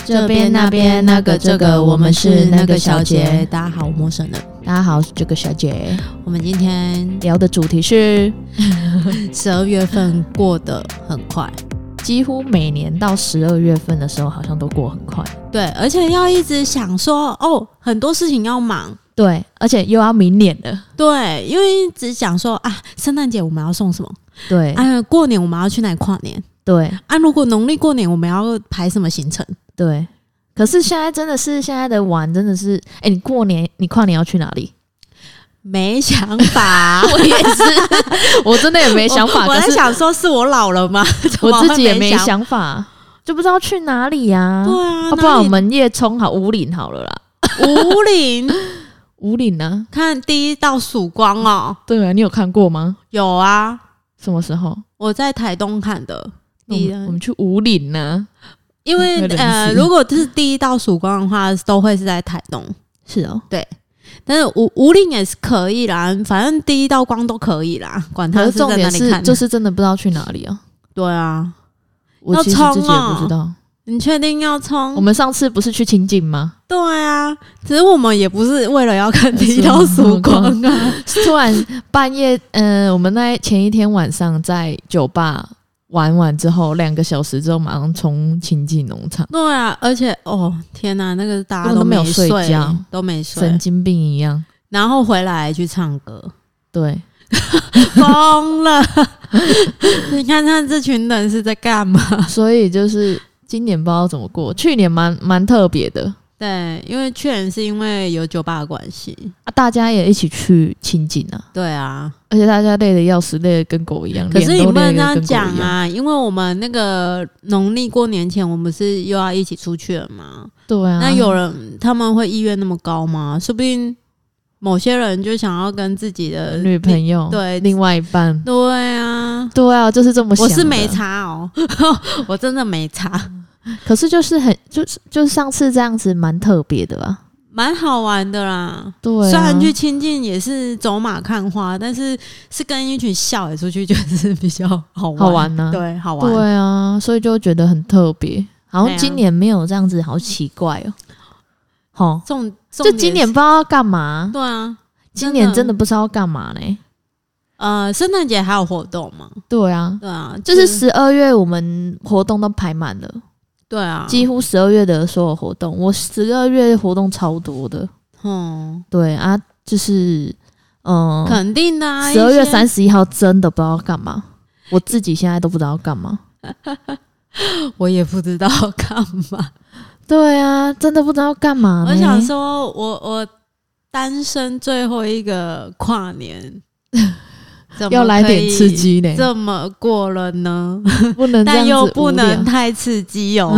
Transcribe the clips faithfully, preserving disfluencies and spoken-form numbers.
这边那边那个这个，我们是那个小姐。 大家好，我陌生人。 大家好，我是这个小姐。 我们今天聊的主题是十二月份过得很快， 几乎每年到十二月份的时候，好像都过很快。 对，而且要一直想说，哦，很多事情要忙。 对，而且又要明年了。 对，因为一直想说啊，圣诞节我们要送什么？ 对啊，过年我们要去哪里跨年？ 对啊，如果农历过年我们要排什么行程？ 对。可是现在真的是现在的玩真的是，哎、欸，你过年你跨年要去哪里？ 没想法， 我也是，我真的也没想法。 我, 我在想说，是我老了吗？ 我自己也没想法，就不知道去哪里呀、啊。 对啊， 啊不然我们夜冲好五岭好了啦。 五岭， 五岭呢？ 看第一道曙光哦。 对啊，你有看过吗？ 有啊。 什么时候？ 我在台东看的。 第一我们去五岭呢。 因为呃，如果是第一道曙光的话，都会是在台东。 是哦， 对。但是五五岭也是可以啦，反正第一道光都可以啦，管它是在哪里看。 就是真的不知道去哪里啊。 对啊， 我其实自己也不知道。 你确定要冲？ 我们上次不是去清境吗？ 对啊，只是我们也不是为了要看第一道曙光啊。 突然半夜，呃，我们那前一天晚上在酒吧玩完之后，两个小时之后马上冲清境农场。 对啊，而且哦天哪，那个大家都没有睡觉， 都没睡， 神经病一样。 然后回来去唱歌， 对， 疯了！你看看这群人是在干嘛？ 所以就是今年不知道怎么过，去年蛮蛮特别的。 对，因为去年是因为有酒吧的关系啊，大家也一起去清境啊。 对啊， 而且大家累得要死，累得跟狗一样。 可是你不能这样讲啊，因为我们那个农历过年前，我们是又要一起出去了嘛。 对啊， 那有人他们会意愿那么高吗？说不定某些人就想要跟自己的女朋友对另外一半。 对啊， 对啊，就是这么想的。 我是没差哦，我真的没差。 可是就是很就是就是上次这样子蛮特别的吧， 蛮好玩的啦。 对、啊， 虽然去清境也是走马看花，但是是跟一群笑也出去，就是比较好玩。 好玩呢、啊， 对，好玩。 对啊，所以就觉得很特别。好像今年没有这样子，好奇怪哦。好， 重就今年不知道要干嘛。 对啊， 今年真的不知道干嘛呢。 呃，圣诞节还有活动吗？ 对啊， 对啊， 就是十二月我们活动都排满了。 对啊， 几乎十二月的所有活动，我十二月活动超多的。 嗯， 对啊，就是嗯， 肯定的啊。 十二月三十一号真的不知道干嘛，我自己现在都不知道干嘛， 我也不知道干嘛。 对啊，真的不知道干嘛。 我想说我我单身最后一个跨年。 要来点刺激呢？ 这么过了呢？ 不能这样子， 但又不能太刺激哦。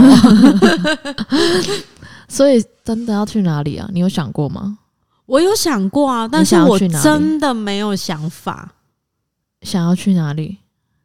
所以真的要去哪里啊？你有想过吗？ 我有想过啊，但是我真的没有想法。 想要去哪里？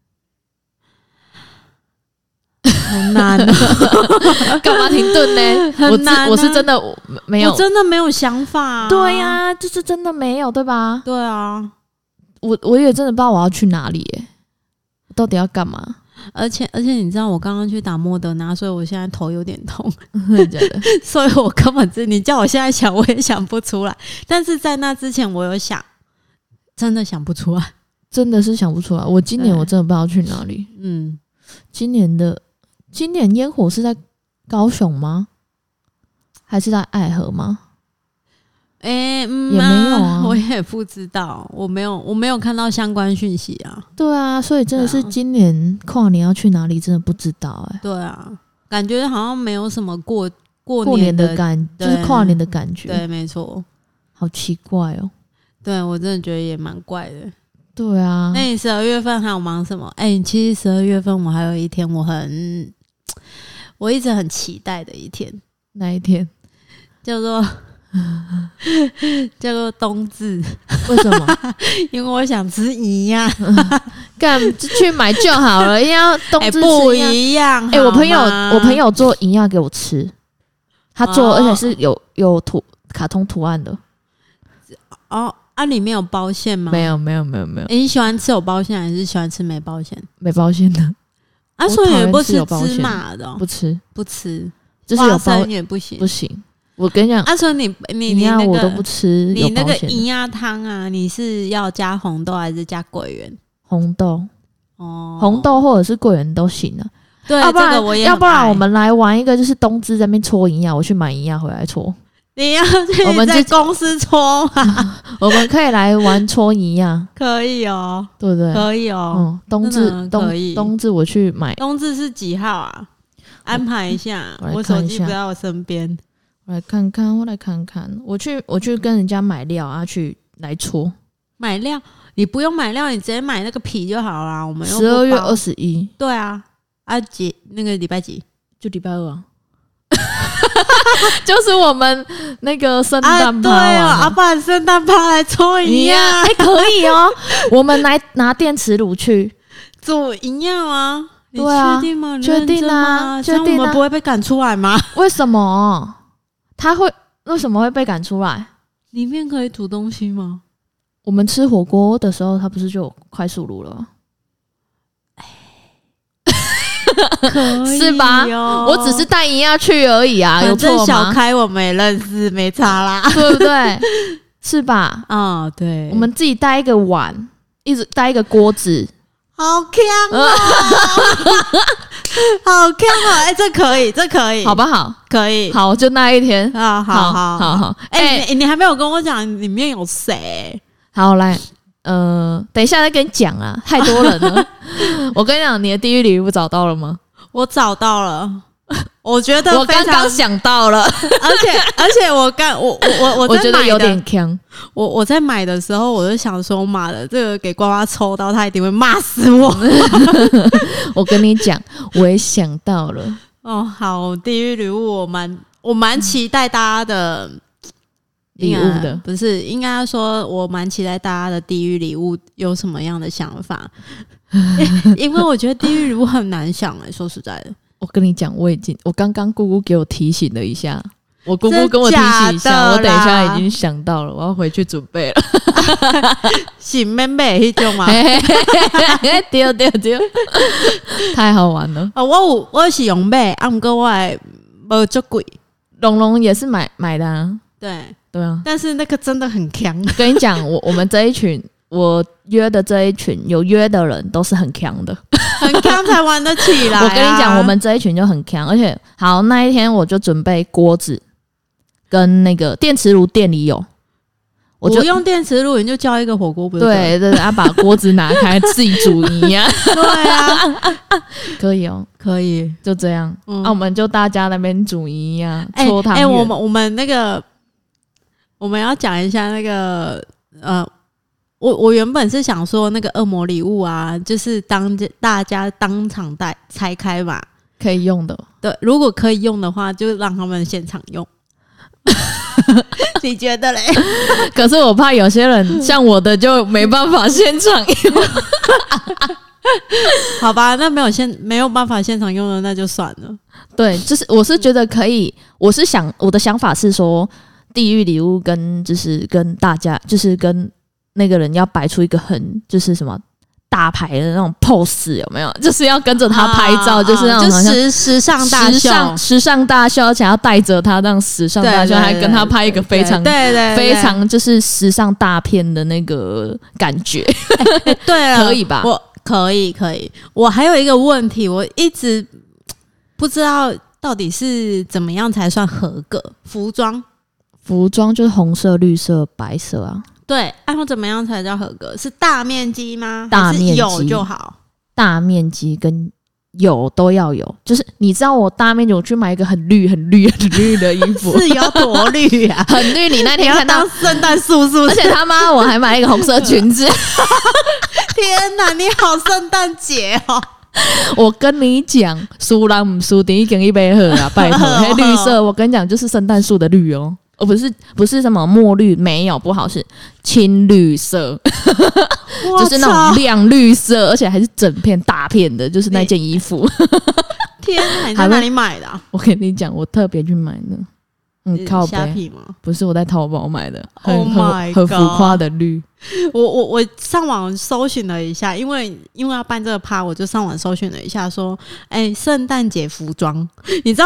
很难啊！ 干嘛停顿呢？ 很难、啊， 我是真的没有， 我真的没有想法、啊。 对呀、啊，就是真的没有，对吧？ 对啊。 我我也真的不知道我要去哪里耶，我到底要干嘛？ 而且而且你知道我刚刚去打莫德纳，所以我现在头有点痛， 真的， 所以我根本是你叫我现在想我也想不出来。但是在那之前我有想，真的想不出来， 真的是想不出来。我今年我真的不知道去哪里。 嗯， 今年的今年烟火是在高雄吗？还是在爱河吗？ 哎、欸嗯， 也没有啊， 我也不知道，我没有，我没有看到相关讯息啊。 对啊，所以真的是今年跨年要去哪里，真的不知道哎、欸。 对啊，感觉好像没有什么过过过年的感，就是跨年的感觉。 对，没错， 好奇怪哦。 对我真的觉得也蛮怪的。 对啊， 那你十二月份还有忙什么？哎、欸，其实十二月份我还有一天我很，我一直很期待的一天。 哪一天？ 叫做。叫做冬至。 为什么？ 因为我想吃一样。 干去买就好了，一定要冬至吃、欸、 不一样。 哎、欸，我朋友我朋友做银样给我吃，他做、哦、而且是有有图卡通图案的。 哦啊，里面有包馅吗？ 没有没有没有没有、 欸。你喜欢吃有包馅还是喜欢吃没包馅？ 没包馅的。 啊，所以也不吃芝麻的、哦？ 不吃不吃。 就是有包也不行， 不行。我跟你讲， 阿春、啊，你你你那个我都不吃， 你那个银鸭汤啊，你是要加红豆还是加桂圆？ 红豆哦， 红豆或者是桂圆都行啊。 对， 要不然、 这个、我也要不然我们来玩一个，就是冬至在那边搓银鸭，我去买银鸭回来搓。 你要去我们在公司搓吗？ 我们可以来玩搓银鸭， 可以哦， 对不对？ 可以哦。 嗯，冬至冬冬至我去买。 冬至是几号啊？安排一下，我, 我手机不在我身边。 我来看看，我来看看，我去我去跟人家买料啊，去来搓。 买料？你不用买料，你直接买那个皮就好啦。我们十二月二十一。 对啊，啊几那个礼拜几？ 就礼拜二啊。就是我们那个圣诞趴、 啊，对哦，阿爸圣诞趴来搓一样， 哎、欸，可以哦。我们来拿电磁炉去做一样啊？ 对啊， 确定吗？ 确定啊，确定啊。 我们不会被赶出来吗？ 为什么？他会为什么会被赶出来？ 里面可以煮东西吗？ 我们吃火锅的时候，它不是就有快速炉了吗？ 可以是吧？我只是带营养去而已啊，有错吗？ 小开我们也认识，没差啦， 对不对？是吧？ 啊、哦，对， 我们自己带一个碗，一直带一个锅子， 好强哦，好强哦！哎、欸，这可以，这可以， 好不好？ 可以， 好，就那一天啊，好好好好。 哎、欸欸，你还没有跟我讲里面有谁？ 好，来。呃，等一下再跟你讲啊，太多人了。我跟你讲，你的地狱礼物找到了吗？ 我找到了，我觉得我刚刚想到了， 而且而且我刚我我我我我觉得有点坑。 我我在买的时候，我就想说，妈的，这个给瓜瓜抽到，他一定会骂死我。 我跟你讲，我也想到了。 哦，好，地狱礼物，我蛮我蛮期待大家的。 礼物的不是，应该说我蛮期待大家的地狱礼物有什么样的想法，因为我觉得地狱礼物很难想哎、欸，说实在的， 我跟你讲，我已经，我刚刚姑姑给我提醒了一下，我姑姑跟我提醒一下，我等一下已经想到了，我要回去准备了。 是妹妹那种吗？ 对对对，太好玩了。 哦、我有我是用买，啊，不过我还没这贵。 龙龙也是买买的啊， 对。 对啊， 但是那个真的很强。 跟你讲，我我们这一群，我约的这一群有约的人都是很强的， 很强才玩得起来、啊。 我跟你讲，我们这一群就很强，而且好那一天我就准备锅子跟那个电磁炉，店里有， 我就用电磁炉，你就叫一个火锅不对对对，啊，把锅子拿开自己煮一样。 对啊， 可以哦， 可以， 就这样。嗯、啊，我们就大家那边煮一样， 哎、 搓汤圆。 哎、欸，我们我们那个。我们要讲一下那个呃，我我原本是想说那个恶魔礼物啊，就是当大家当场带拆开吧， 可以用的。 对，如果可以用的话，就让他们现场用。你觉得嘞？ 可是我怕有些人像我的就没办法现场用。 好吧，那没有现没有办法现场用的，那就算了。 对，就是我是觉得可以，我是想我的想法是说。地狱礼物跟就是跟大家就是跟那个人要摆出一个很就是什么大牌的那种 pose 有没有？就是要跟着他拍照，啊、就是那种好像就时时尚大秀， 时尚时尚大秀，而且要带着他这样时尚大秀，还跟他拍一个非常对 对, 对, 对非常就是时尚大片的那个感觉。 欸欸、对了， 可以吧？ 我可以可以。我还有一个问题，我一直不知道到底是怎么样才算合格服装。 服装就是红色、绿色、白色啊。 对，然后怎么样才叫合格？是大面积吗？ 大面积有就好。 大面积跟有都要有，就是你知道我大面积，我去买一个很绿、很绿、很绿的衣服， 是有多绿啊？ 很绿。你那天看到圣诞树是不是？ 而且他妈我还买一个红色裙子。 天哪，你好圣诞节哦！ 我跟你讲，输人不输阵，已经一杯喝啊！拜托，黑绿色，我跟你讲，就是圣诞树的绿哦。哦，不是不是什么墨绿，没有，不好，是青绿色，就是那种亮绿色，而且还是整片大片的，就是那件衣服。 天哪，你在哪里买的、啊？ 我跟你讲，我特别去买的，嗯，靠虾皮吗？ 不是，我在淘宝买的，很、 oh、 很很浮夸的绿。 我我我上网搜寻了一下，因为因为要办这个趴，我就上网搜寻了一下，说，哎、欸，圣诞节服装，你知道？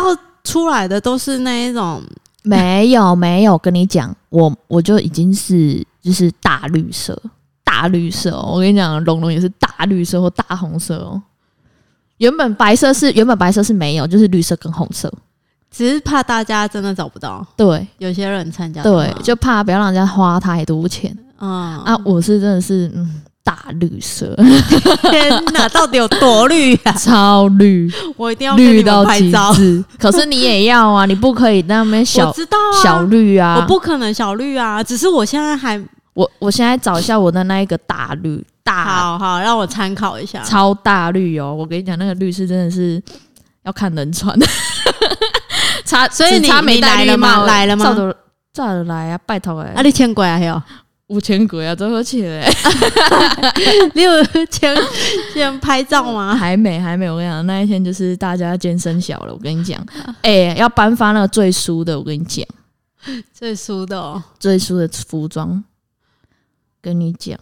出来的都是那一种。 没有没有，跟你讲，我我就已经是就是大绿色，大绿色哦。我跟你讲，龙龙也是大绿色或大红色哦。原本白色是原本白色是没有，就是绿色跟红色， 只是怕大家真的找不到。 对， 有些人参加， 对，就怕不要让人家花太多钱。嗯啊，我是真的是嗯。大绿色， 天哪，到底有多绿啊？ 超绿， 我一定要跟你们拍照。 可是你也要啊，你不可以那边小， 我知道啊， 小绿啊， 我不可能小绿啊。只是我现在还， 我我现在找一下我的那一个大绿，大， 好好让我参考一下， 超大绿哦！我跟你讲，那个绿是真的是要看人穿，差， 所以你你来了吗？来了吗？ 照着照着来啊，拜托哎！ 啊，你签过啊？还有。 五千鬼啊，这么钱哎！ 你有先先拍照吗？ 还没，还没。我跟你讲，那一天就是大家健身小了。我跟你讲，哎、欸，要颁发那个最输的。我跟你讲， 最输的哦， 最输的服装，跟你讲，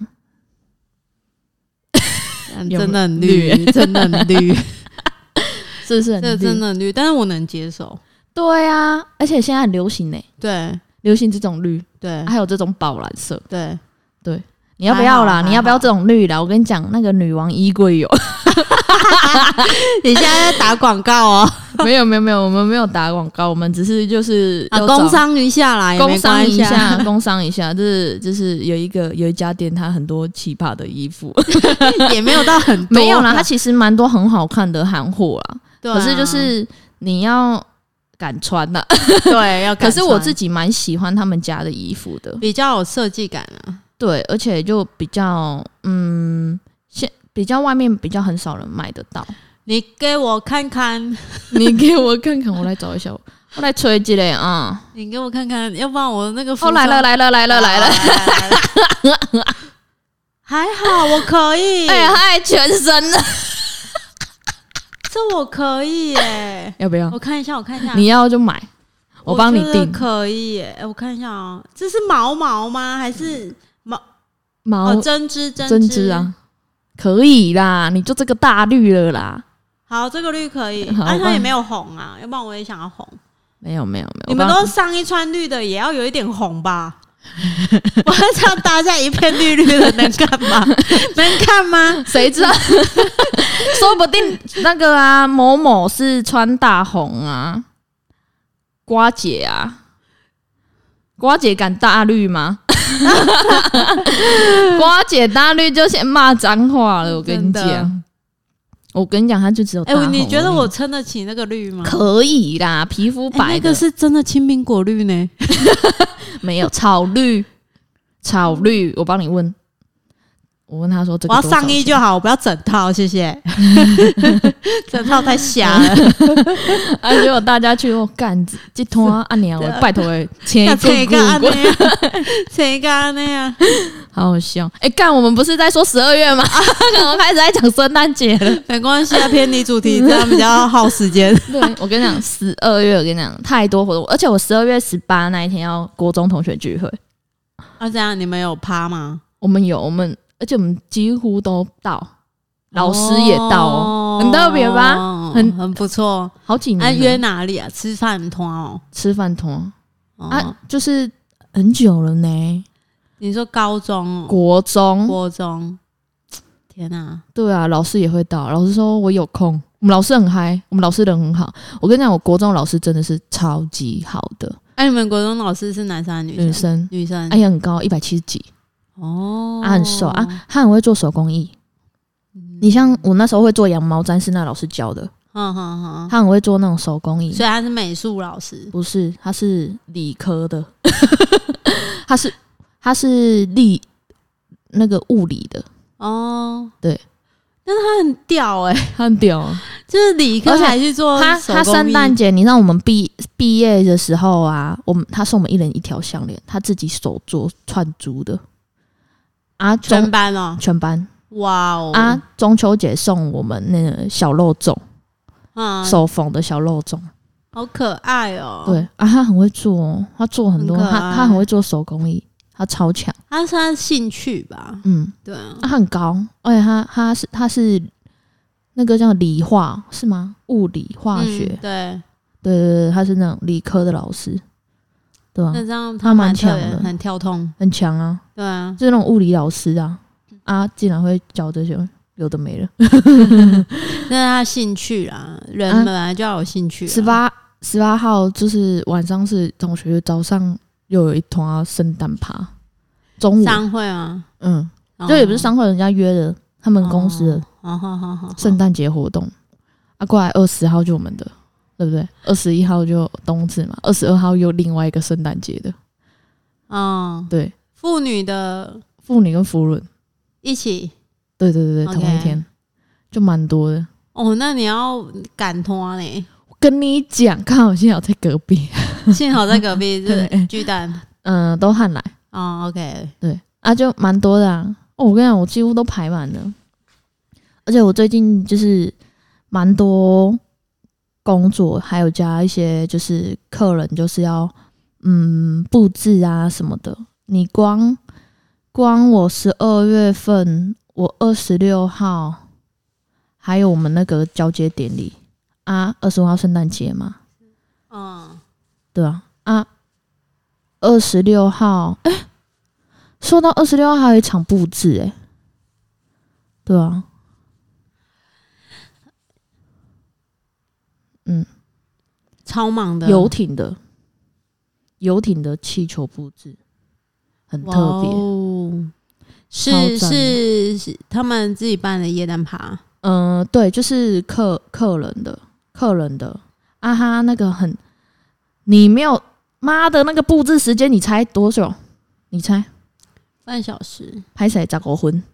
真的很绿，真的很绿， 是不是很绿？ 这真的很绿，但是我能接受。 对啊，而且现在很流行呢、欸。 对。 流行这种绿， 对， 还有这种宝蓝色， 对对，你要不要啦？你要不要这种绿啦？我跟你讲，那个女王衣柜有。 你现在在打广告哦？ 没有没有没有，我们没有打广告，我们只是就是啊，工商一下啦， 工商一下，工商一下，就是就是有一个有一家店，它很多奇葩的衣服， 也没有到很多， 没有啦，它其实蛮多很好看的韩货啦，对啊，可是就是你要。敢穿呐、啊， 对，要敢穿。 可是我自己蛮喜欢他们家的衣服的， 比较有设计感啊。 对，而且就比较嗯，现比较外面比较很少人买得到。 你给我看看， 你给我看看，我来找一下，我来吹一下啊。 你给我看看，要不然我那个哦来了来了来了来了， 还好我可以， 哎呀，还全身了。 这我可以耶、欸， 要不要？ 我看一下，我看一下。 你要就买，我帮你订。 可以耶、欸，我看一下啊、喔，这是毛毛吗？还是毛毛、 哦、针织针针织啊？可以啦，你就这个大绿了啦。 好，这个绿可以，但、啊、它也没有红啊，要不然我也想要红。 没有没有没有， 你们都上一穿绿的，也要有一点红吧？我这样大家一片绿绿的，能干嘛？能看吗？ 谁知道？说不定那个啊，某某是穿大红啊，瓜姐啊，瓜姐敢大绿吗？瓜姐大绿就先骂脏话了，我跟你讲。我跟你讲，他就只有大红。哎、 欸，你觉得我撑得起那个绿吗？ 可以啦，皮肤白的、欸、 那个是真的青苹果绿呢。 没有草绿，草绿，我帮你问。我问他说这个我要上衣就好，我不要整套，谢谢。整套太瞎了。 啊，结果大家去我干子这拖啊娘，我拜托哎，签一个安那样，签一个安那样， 好好笑。哎、欸，干，我们不是在说十二月吗？我们开始在讲圣诞节了。 没关系啊，偏离主题，这样比较耗时间。 对，我跟你讲，十二月我跟你讲太多活动，而且我十二月十八那一天要国中同学聚会。 啊，这样你们有趴吗？ 我们有，我们。而且我们几乎都到，老师也到哦，很特别吧？很很不错， 好几年。 啊，约哪里啊？吃饭团哦， 吃饭团、哦、啊，就是很久了呢。 你说高中、哦、 国中、 国中，天哪、啊！ 对啊，老师也会到。老师说我有空，我们老师很嗨，我们老师人很好。我跟你讲，我国中老师真的是超级好的。 哎、啊，你们国中老师是男生还是女生？ 女生， 女生。 哎呀，很高，一百七十几。哦，他、啊、很瘦啊，他很会做手工艺。嗯、你像我那时候会做羊毛毡，是那老师教的。嗯哼哼，他很会做那种手工艺， 所以他是美术老师？ 不是，他是理科的。他是他是理那个物理的。哦，对， 但是他很屌哎、欸， 他很屌、啊， 就是理科还去做他他圣诞节，你让我们毕毕业的时候啊，我们他送我们一人一条项链，他自己手做串珠的。啊， 全班哦， 全班， 哇哦！ 啊，中秋节送我们那个小肉粽，嗯，手缝的小肉粽， 好可爱哦。 对啊，他很会做，他做很多，很他他很会做手工艺，他超强。 他是他的兴趣吧？嗯，对啊， 他很高，而且他他是他是那个叫理化是吗？物理化学、 嗯、对对对对，他是那种理科的老师，对吧、啊？ 那这样他蛮强的， 很跳通， 很强啊。 对啊， 就是那种物理老师啊，啊，竟然会教这些，有的没了。 那是他兴趣啦，人本来就要有兴趣。 十八十八号就是晚上是同学，早上又有一团圣诞趴，中午商会吗？ 嗯，就也不是商会，人家约的，他们公司的圣诞节活动。啊，过来二十号就我们的，对不对？二十一号就冬至嘛，二十二号又另外一个圣诞节的。 哦， 对， 妇女的妇女跟福伦一起， 对对对对， okay. 同一天就蛮多的。 哦，那你要赶拖呢？ 我跟你讲，刚好幸好在隔壁， 幸好在隔壁，是巨蛋， 嗯、呃，都汉来。 哦 ，OK， 对啊，就蛮多的啊。哦，我跟你讲，我几乎都排满了，而且我最近就是蛮多工作，还有加一些就是客人就是要嗯布置啊什么的。你光光我十二月份，我二十六号还有我们那个交接典礼啊，二十五号圣诞节嘛， 嗯， 对啊啊，二十六号，哎、欸，说到二十六号还有一场布置、欸，哎，对啊。嗯， 超忙的游艇的游艇的气球布置很特别、哦， 是是是他们自己办的耶诞趴。 嗯、呃，对，就是客客人的客人的啊哈，那个很，你没有妈的那个布置时间，你猜多久？你猜？ 半小时。 拍谁十五分？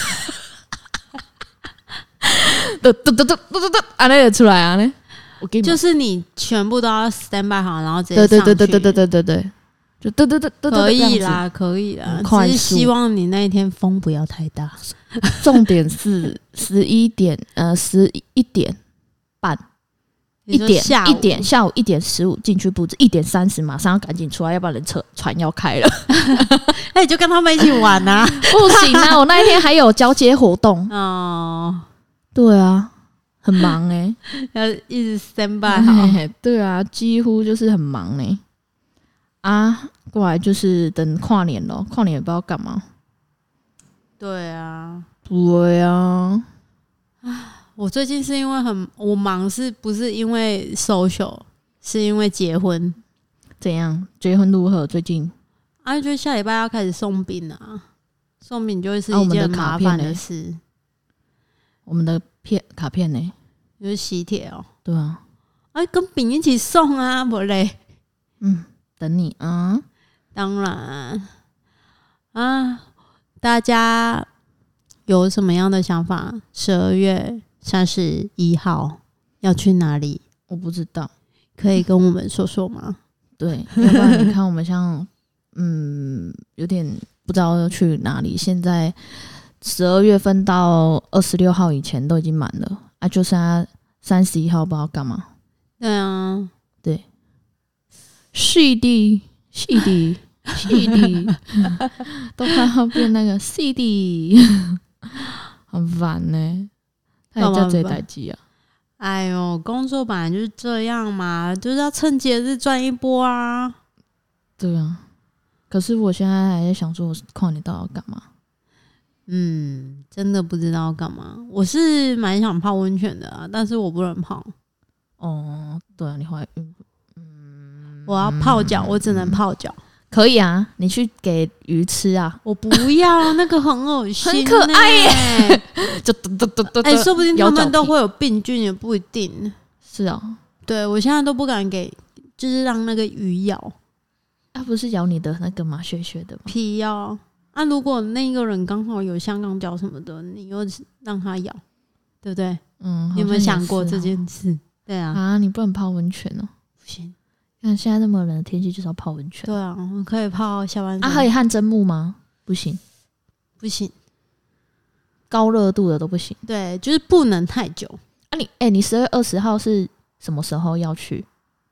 嘟嘟嘟嘟嘟嘟嘟，啊那个出来啊呢？ 就是你全部都要 stand by 好，然后直接上去。对对对对对对对对，就对对对对， 可以啦，可以啦。只是希望你那一天风不要太大。 重点是十一点，呃，十一点半，一点一点下午一点十五进去布置，一点三十马上要赶紧出来，要不然人车船要开了。 那你就跟他们一起玩啊？ 不行啊，我那一天还有交接活动哦。对啊。很忙哎、 欸，要一直 stand by 好。 对啊，几乎就是很忙哎、欸。啊，过来就是等跨年咯，跨年也不知道干嘛。 对啊， 对啊。 我最近是因为很我忙，是不是因为 social， 是因为结婚。 怎样？结婚如何？最近？ 啊，就下礼拜要开始送饼啊，送饼就会是一件很麻烦的事。 我们的片卡片呢、欸？ 就是喜帖哦。 对啊， 哎、啊，跟饼一起送啊，不嘞？ 嗯，等你啊。 当然啊，大家有什么样的想法？十二月三十一号要去哪里？ 我不知道， 可以跟我们说说吗？ 对，要不然你看我们像嗯，有点不知道要去哪里，现在。十二月份到二十六号以前都已经满了啊，就剩下三十一号不知道干嘛。 对啊， 对，是的，是的，是的，都快要变那个是的，很烦呢、欸。他也叫这代机啊。 哎呦，工作本来就是这样嘛，就是要趁节日赚一波啊。 对啊，可是我现在还在想说，我跨年到底要干嘛？ 嗯，真的不知道干嘛。我是蛮想泡温泉的啊，但是我不能泡。 哦，对啊，你怀孕，嗯， 我要泡脚，我只能泡脚。 可以啊，你去给鱼吃啊。 我不要，那个很恶心、欸， 很可爱耶、欸。就嘟嘟嘟嘟， 哎、欸，说不定他们都会有病菌，也不一定。 是啊、哦， 对我现在都不敢给，就是让那个鱼咬。 它不是咬你的那个吗？血血的吗？ 皮咬。啊，如果那个人刚好有香港脚什么的，你又让他咬，对不对？ 嗯， 你有没有想过这件事？对啊， 啊，你不能泡温泉哦， 不行。 看现在那么冷的天气，就是要泡温泉。 对啊，我可以泡下半身。 啊，可以汗蒸木吗？不行， 不行， 高热度的都不行。 对，就是不能太久。 啊你，你哎，你十月二十号是什么时候要去？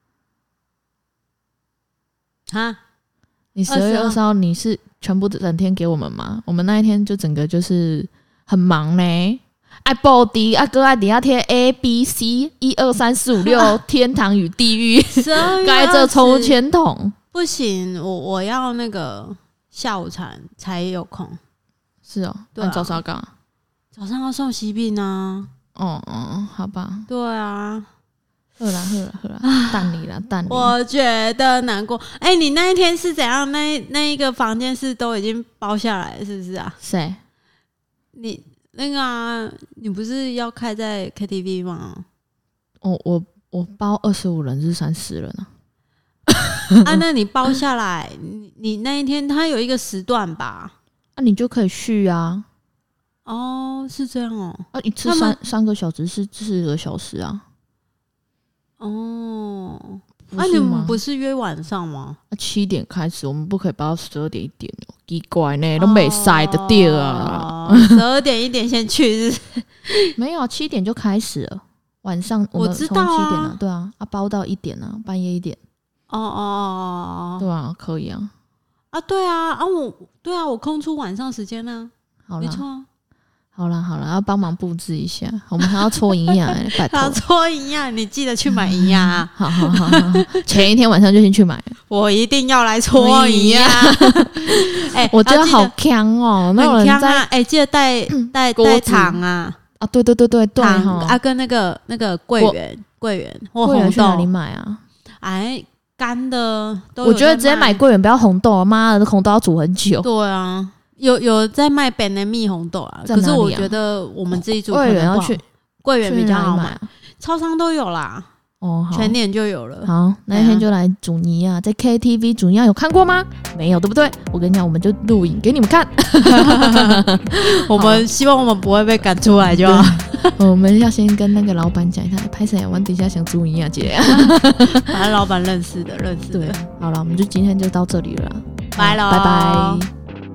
啊？ 你十二月二十号你是全部整天给我们吗？我们那一天就整个就是很忙呢、欸， 爱布迪啊，哥爱底下贴 A B C 一二三四五六天堂与地狱，该这抽签筒不行，我我要那个下午茶才有空。是哦，对、啊，你早上要干嘛？ 早上要送喜饼啊。 哦哦，好吧。 对啊。 好啦好啦好啦，淡你啦淡你。 我觉得难过。哎、欸，你那一天是怎样？那那一个房间是都已经包下来了，是不是啊？ 谁？ 你那个啊，你不是要开在 K T V 吗？ 哦，我我包二十五人是三十人啊。 啊，那你包下来，你你那一天它有一个时段吧？ 啊，你就可以续啊。 哦，是这样哦。 啊，一次三三个小时是四个小时啊。 哦，啊，你们不是约晚上吗？ 啊，七点开始，我们不可以包到十二点一点哦，奇怪呢，都没塞的掉啊。 十二点一点先去是不是？ 没有，七点就开始了。晚上我们从七点啊，对啊，啊包到一点啊，半夜一点。 哦哦哦哦， 对啊，可以啊。 啊，对啊，啊我对啊，我空出晚上时间呢、啊， 好啦， 没错啊。 好啦好啦，要帮忙布置一下，我们还要搓营养、欸，拜托。 要搓营养，你记得去买营养啊！ 好好好好，前一天晚上就先去买。 我一定要来搓营养。哎、欸， 我觉得好强哦、喔，那很强啊！哎、欸，记得带带带糖啊！ 啊，对对对对对， 糖啊，跟那个那个桂圆桂圆或红豆， 去哪里买啊？ 哎，干的都有。 我觉得直接买桂圆，不要红豆，妈的，红豆要煮很久。 对啊。有有在卖本的蜜红豆啊，可是我觉得我们自己煮桂圆要去桂圆比较好买， 啊、 超商都有啦， 哦， 全年就有了。 好，那一天就来煮泥啊，在 K T V 煮泥啊，有看过吗？没有，对不对？我跟你讲，我们就录影给你们看。 我们希望我们不会被赶出来就好。 我们要先跟那个老板讲一下，拍谁玩底下想煮泥啊姐， 反正老板认识的，认识的。 对，好了，我们就今天就到这里了啦， 拜喽， 拜拜。